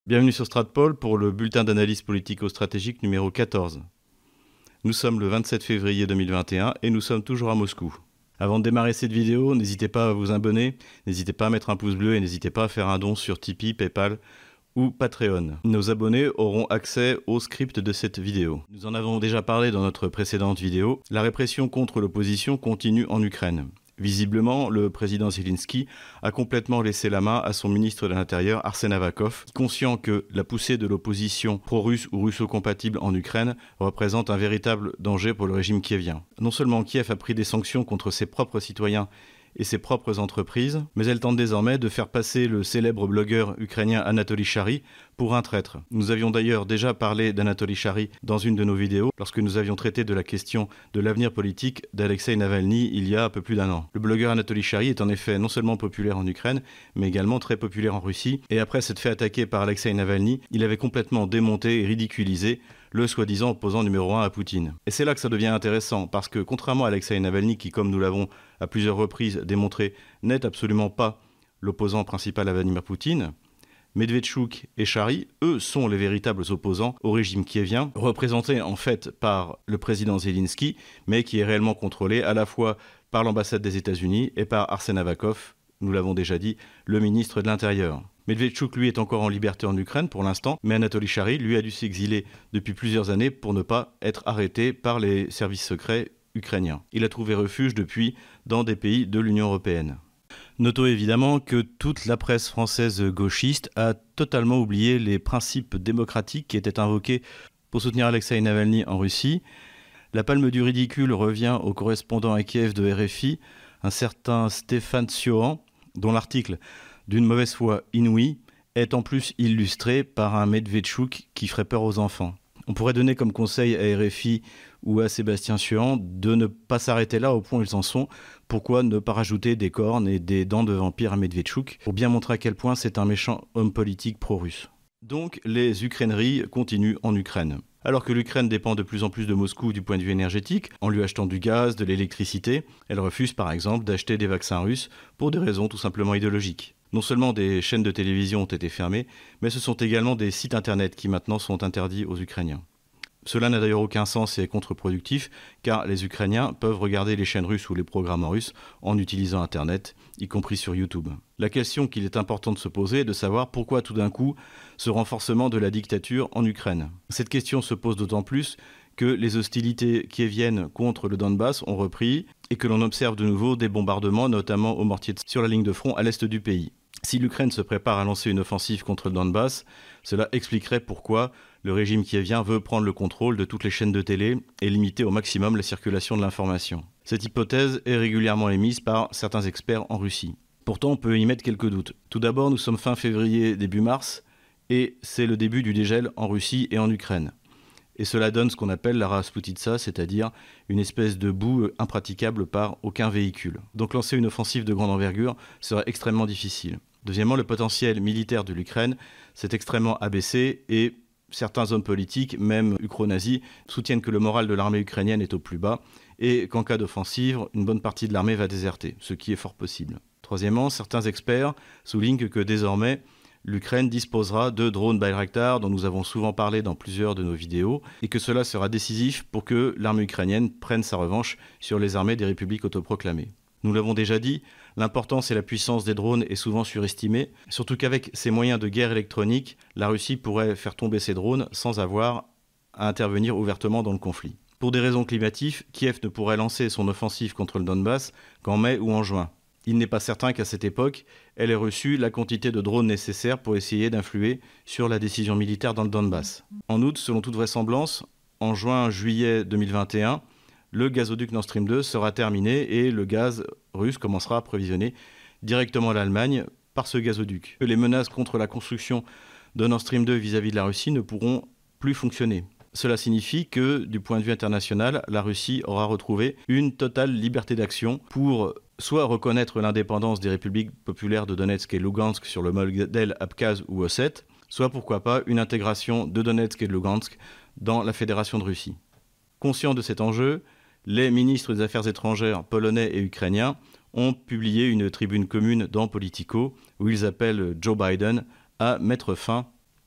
Bienvenue sur Stratpol pour le bulletin d'analyse politico-stratégique numéro 14. Nous sommes le 27 février 2021 et nous sommes toujours à Moscou. Avant de démarrer cette vidéo, n'hésitez pas à vous abonner, n'hésitez pas à mettre un pouce bleu et n'hésitez pas à faire un don sur Tipeee, Paypal ou Patreon. Nos abonnés auront accès au script de cette vidéo. Nous en avons déjà parlé dans notre précédente vidéo. La répression contre l'opposition continue en Ukraine. Visiblement, le président Zelensky a complètement laissé la main à son ministre de l'Intérieur, Arsène Avakov, conscient que la poussée de l'opposition pro-russe ou russo-compatible en Ukraine représente un véritable danger pour le régime kievien. Non seulement Kiev a pris des sanctions contre ses propres citoyens et ses propres entreprises, mais elle tente désormais de faire passer le célèbre blogueur ukrainien Anatoly Chary pour un traître. Nous avions d'ailleurs déjà parlé d'Anatoly Chary dans une de nos vidéos, lorsque nous avions traité de la question de l'avenir politique d'Alexeï Navalny il y a un peu plus d'un an. Le blogueur Anatoly Chary est en effet non seulement populaire en Ukraine, mais également très populaire en Russie, et après s'être fait attaquer par Alexeï Navalny, il avait complètement démonté et ridiculisé le soi-disant opposant numéro 1 à Poutine. Et c'est là que ça devient intéressant, parce que contrairement à Alexeï Navalny, qui, comme nous l'avons à plusieurs reprises démontré, n'est absolument pas l'opposant principal à Vladimir Poutine, Medvedchuk et Chary, eux, sont les véritables opposants au régime kievien, représentés en fait par le président Zelensky, mais qui est réellement contrôlé à la fois par l'ambassade des États-Unis et par Arsène Avakov, nous l'avons déjà dit, le ministre de l'Intérieur. Medvedchuk, lui, est encore en liberté en Ukraine pour l'instant, mais Anatoly Chary, lui, a dû s'exiler depuis plusieurs années pour ne pas être arrêté par les services secrets ukrainiens. Il a trouvé refuge depuis dans des pays de l'Union européenne. Notons évidemment que toute la presse française gauchiste a totalement oublié les principes démocratiques qui étaient invoqués pour soutenir Alexeï Navalny en Russie. La palme du ridicule revient au correspondant à Kiev de RFI, un certain Stéphane Siohan, dont l'article d'une mauvaise foi inouïe est en plus illustré par un Medvedchuk qui ferait peur aux enfants. On pourrait donner comme conseil à RFI ou à Sébastien Siohan de ne pas s'arrêter là au point où ils en sont. Pourquoi ne pas rajouter des cornes et des dents de vampire à Medvedchuk pour bien montrer à quel point c'est un méchant homme politique pro-russe. Donc les ukraineries continuent en Ukraine. Alors que l'Ukraine dépend de plus en plus de Moscou du point de vue énergétique, en lui achetant du gaz, de l'électricité, elle refuse par exemple d'acheter des vaccins russes pour des raisons tout simplement idéologiques. Non seulement des chaînes de télévision ont été fermées, mais ce sont également des sites internet qui maintenant sont interdits aux Ukrainiens. Cela n'a d'ailleurs aucun sens et est contre-productif, car les Ukrainiens peuvent regarder les chaînes russes ou les programmes russes en utilisant Internet, y compris sur YouTube. La question qu'il est important de se poser est de savoir pourquoi tout d'un coup ce renforcement de la dictature en Ukraine. Cette question se pose d'autant plus que les hostilités kieviennes contre le Donbass ont repris et que l'on observe de nouveau des bombardements, notamment au mortier sur la ligne de front à l'est du pays. Si l'Ukraine se prépare à lancer une offensive contre le Donbass, cela expliquerait pourquoi le régime kievien veut prendre le contrôle de toutes les chaînes de télé et limiter au maximum la circulation de l'information. Cette hypothèse est régulièrement émise par certains experts en Russie. Pourtant, on peut y mettre quelques doutes. Tout d'abord, nous sommes fin février, début mars, et c'est le début du dégel en Russie et en Ukraine. Et cela donne ce qu'on appelle la Rasputitsa, c'est-à-dire une espèce de boue impraticable par aucun véhicule. Donc lancer une offensive de grande envergure serait extrêmement difficile. Deuxièmement, le potentiel militaire de l'Ukraine s'est extrêmement abaissé et certains hommes politiques, même ukro-nazis, soutiennent que le moral de l'armée ukrainienne est au plus bas et qu'en cas d'offensive, une bonne partie de l'armée va déserter, ce qui est fort possible. Troisièmement, certains experts soulignent que désormais, l'Ukraine disposera de drones Bayraktar dont nous avons souvent parlé dans plusieurs de nos vidéos et que cela sera décisif pour que l'armée ukrainienne prenne sa revanche sur les armées des républiques autoproclamées. Nous l'avons déjà dit, l'importance et la puissance des drones est souvent surestimée, surtout qu'avec ces moyens de guerre électronique, la Russie pourrait faire tomber ses drones sans avoir à intervenir ouvertement dans le conflit. Pour des raisons climatiques, Kiev ne pourrait lancer son offensive contre le Donbass qu'en mai ou en juin. Il n'est pas certain qu'à cette époque, elle ait reçu la quantité de drones nécessaire pour essayer d'influer sur la décision militaire dans le Donbass. En outre, selon toute vraisemblance, en juin-juillet 2021, le gazoduc Nord Stream 2 sera terminé et le gaz russe commencera à approvisionner directement l'Allemagne par ce gazoduc. Les menaces contre la construction de Nord Stream 2 vis-à-vis de la Russie ne pourront plus fonctionner. Cela signifie que, du point de vue international, la Russie aura retrouvé une totale liberté d'action pour soit reconnaître l'indépendance des républiques populaires de Donetsk et Lugansk sur le modèle Abkhaze ou Ossète, soit pourquoi pas une intégration de Donetsk et de Lugansk dans la Fédération de Russie. Conscients de cet enjeu, les ministres des Affaires étrangères polonais et ukrainiens ont publié une tribune commune dans Politico où ils appellent Joe Biden à mettre fin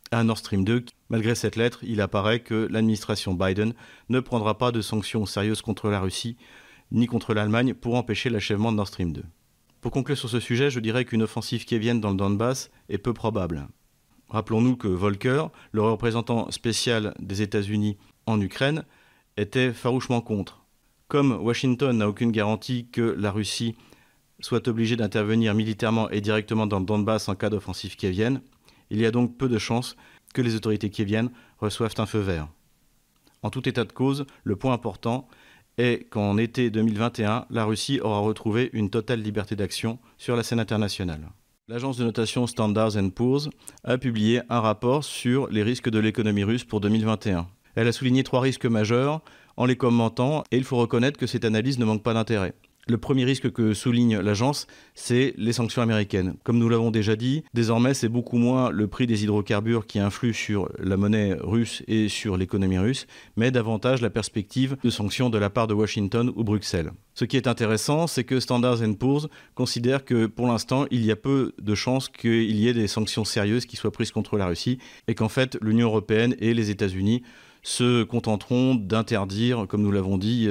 à Nord Stream 2. Malgré cette lettre, il apparaît que l'administration Biden ne prendra pas de sanctions sérieuses contre la Russie ni contre l'Allemagne pour empêcher l'achèvement de Nord Stream 2. Pour conclure sur ce sujet, je dirais qu'une offensive kievienne dans le Donbass est peu probable. Rappelons-nous que Volker, le représentant spécial des États-Unis en Ukraine, était farouchement contre. Comme Washington n'a aucune garantie que la Russie soit obligée d'intervenir militairement et directement dans le Donbass en cas d'offensive kievienne, il y a donc peu de chances que les autorités kieviennes reçoivent un feu vert. En tout état de cause, le point important est qu'en été 2021, la Russie aura retrouvé une totale liberté d'action sur la scène internationale. L'agence de notation Standard & Poor's a publié un rapport sur les risques de l'économie russe pour 2021. Elle a souligné 3 risques majeurs en les commentant, et il faut reconnaître que cette analyse ne manque pas d'intérêt. Le premier risque que souligne l'agence, c'est les sanctions américaines. Comme nous l'avons déjà dit, désormais c'est beaucoup moins le prix des hydrocarbures qui influe sur la monnaie russe et sur l'économie russe, mais davantage la perspective de sanctions de la part de Washington ou Bruxelles. Ce qui est intéressant, c'est que Standard & Poor's considère que pour l'instant, il y a peu de chances qu'il y ait des sanctions sérieuses qui soient prises contre la Russie et qu'en fait l'Union européenne et les États-Unis se contenteront d'interdire, comme nous l'avons dit,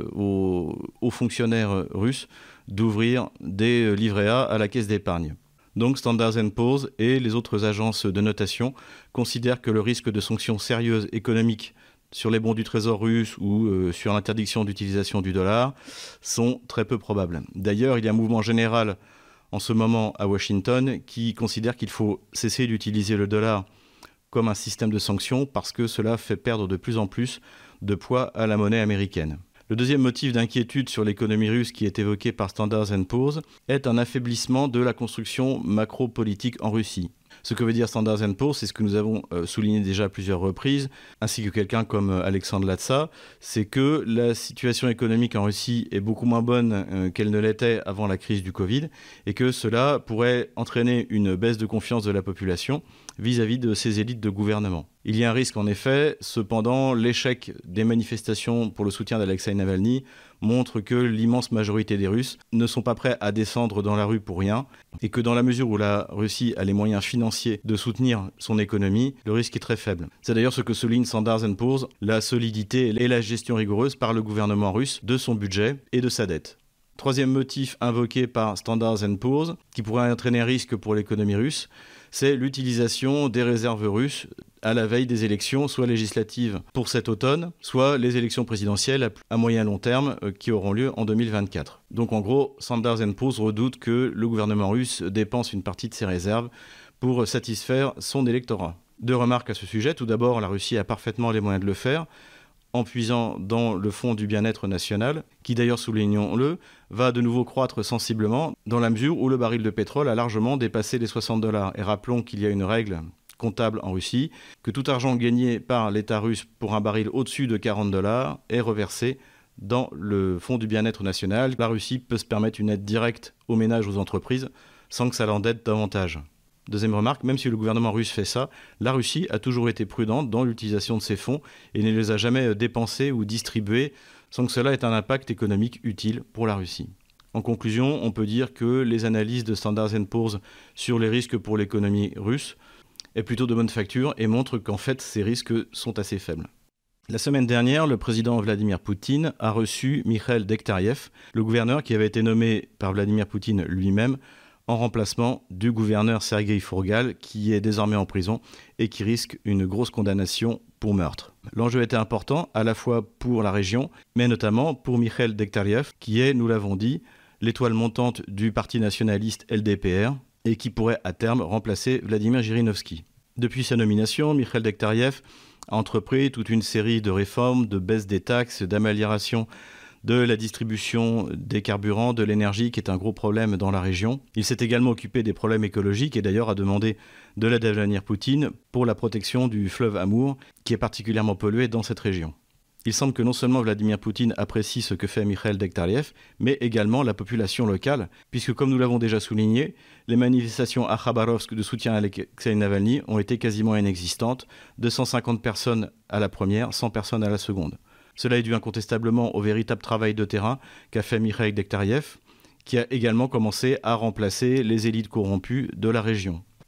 aux fonctionnaires russes d'ouvrir des livrets A à la caisse d'épargne. Donc Standard & Poor's et les autres agences de notation considèrent que le risque de sanctions sérieuses économiques sur les bons du trésor russe ou sur l'interdiction d'utilisation du dollar sont très peu probables. D'ailleurs, il y a un mouvement général en ce moment à Washington qui considère qu'il faut cesser d'utiliser le dollar comme un système de sanctions parce que cela fait perdre de plus en plus de poids à la monnaie américaine. Le deuxième motif d'inquiétude sur l'économie russe qui est évoqué par Standard & Poor's est un affaiblissement de la construction macro-politique en Russie. Ce que veut dire Standard & Poor's, c'est ce que nous avons souligné déjà à plusieurs reprises, ainsi que quelqu'un comme Alexandre Latsa, c'est que la situation économique en Russie est beaucoup moins bonne qu'elle ne l'était avant la crise du Covid, et que cela pourrait entraîner une baisse de confiance de la population vis-à-vis de ces élites de gouvernement. Il y a un risque en effet, cependant, l'échec des manifestations pour le soutien d'Alexeï Navalny montre que l'immense majorité des Russes ne sont pas prêts à descendre dans la rue pour rien et que dans la mesure où la Russie a les moyens financiers de soutenir son économie, le risque est très faible. C'est d'ailleurs ce que souligne Standard & Poor's, la solidité et la gestion rigoureuse par le gouvernement russe de son budget et de sa dette. Troisième motif invoqué par Standard & Poor's, qui pourrait entraîner un risque pour l'économie russe, c'est l'utilisation des réserves russes à la veille des élections, soit législatives pour cet automne, soit les élections présidentielles à moyen long terme qui auront lieu en 2024. Donc en gros, Standard & Poor's redoute que le gouvernement russe dépense une partie de ses réserves pour satisfaire son électorat. 2 remarques à ce sujet. Tout d'abord, la Russie a parfaitement les moyens de le faire, en puisant dans le fonds du bien-être national, qui d'ailleurs, soulignons-le, va de nouveau croître sensiblement dans la mesure où le baril de pétrole a largement dépassé les $60. Et rappelons qu'il y a une règle comptable en Russie, que tout argent gagné par l'État russe pour un baril au-dessus de $40 est reversé dans le fonds du bien-être national. La Russie peut se permettre une aide directe aux ménages, aux entreprises, sans que ça l'endette davantage. Deuxième remarque, même si le gouvernement russe fait ça, la Russie a toujours été prudente dans l'utilisation de ces fonds et ne les a jamais dépensés ou distribués sans que cela ait un impact économique utile pour la Russie. En conclusion, on peut dire que les analyses de Standard & Poor's sur les risques pour l'économie russe est plutôt de bonne facture et montrent qu'en fait ces risques sont assez faibles. La semaine dernière, le président Vladimir Poutine a reçu Mikhail Dektariev, le gouverneur qui avait été nommé par Vladimir Poutine lui-même en remplacement du gouverneur Sergueï Fourgal, qui est désormais en prison et qui risque une grosse condamnation pour meurtre. L'enjeu était important à la fois pour la région, mais notamment pour Mikhail Dektariev, qui est, nous l'avons dit, l'étoile montante du parti nationaliste LDPR et qui pourrait à terme remplacer Vladimir Zhirinovski. Depuis sa nomination, Mikhail Dektariev a entrepris toute une série de réformes, de baisse des taxes, d'amélioration de la distribution des carburants, de l'énergie, qui est un gros problème dans la région. Il s'est également occupé des problèmes écologiques et d'ailleurs a demandé de l'aide à Vladimir Poutine pour la protection du fleuve Amour, qui est particulièrement pollué dans cette région. Il semble que non seulement Vladimir Poutine apprécie ce que fait Mikhail Dektariev, mais également la population locale, puisque comme nous l'avons déjà souligné, les manifestations à Khabarovsk de soutien à Alexeï Navalny ont été quasiment inexistantes, 250 personnes à la première, 100 personnes à la seconde. Cela est dû incontestablement au véritable travail de terrain qu'a fait Mikhail Dektariev, qui a également commencé à remplacer les élites corrompues de la région.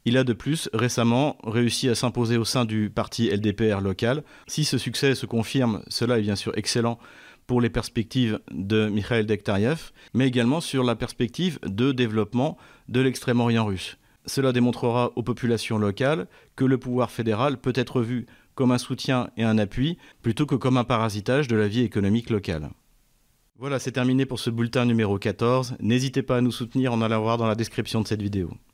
Il a de plus récemment réussi à s'imposer au sein du parti LDPR local. Si ce succès se confirme, cela est bien sûr excellent pour les perspectives de Mikhail Dektariev, mais également sur la perspective de développement de l'Extrême-Orient russe. Cela démontrera aux populations locales que le pouvoir fédéral peut être vu comme un soutien et un appui, plutôt que comme un parasitage de la vie économique locale. Voilà, c'est terminé pour ce bulletin numéro 14. N'hésitez pas à nous soutenir en allant voir dans la description de cette vidéo.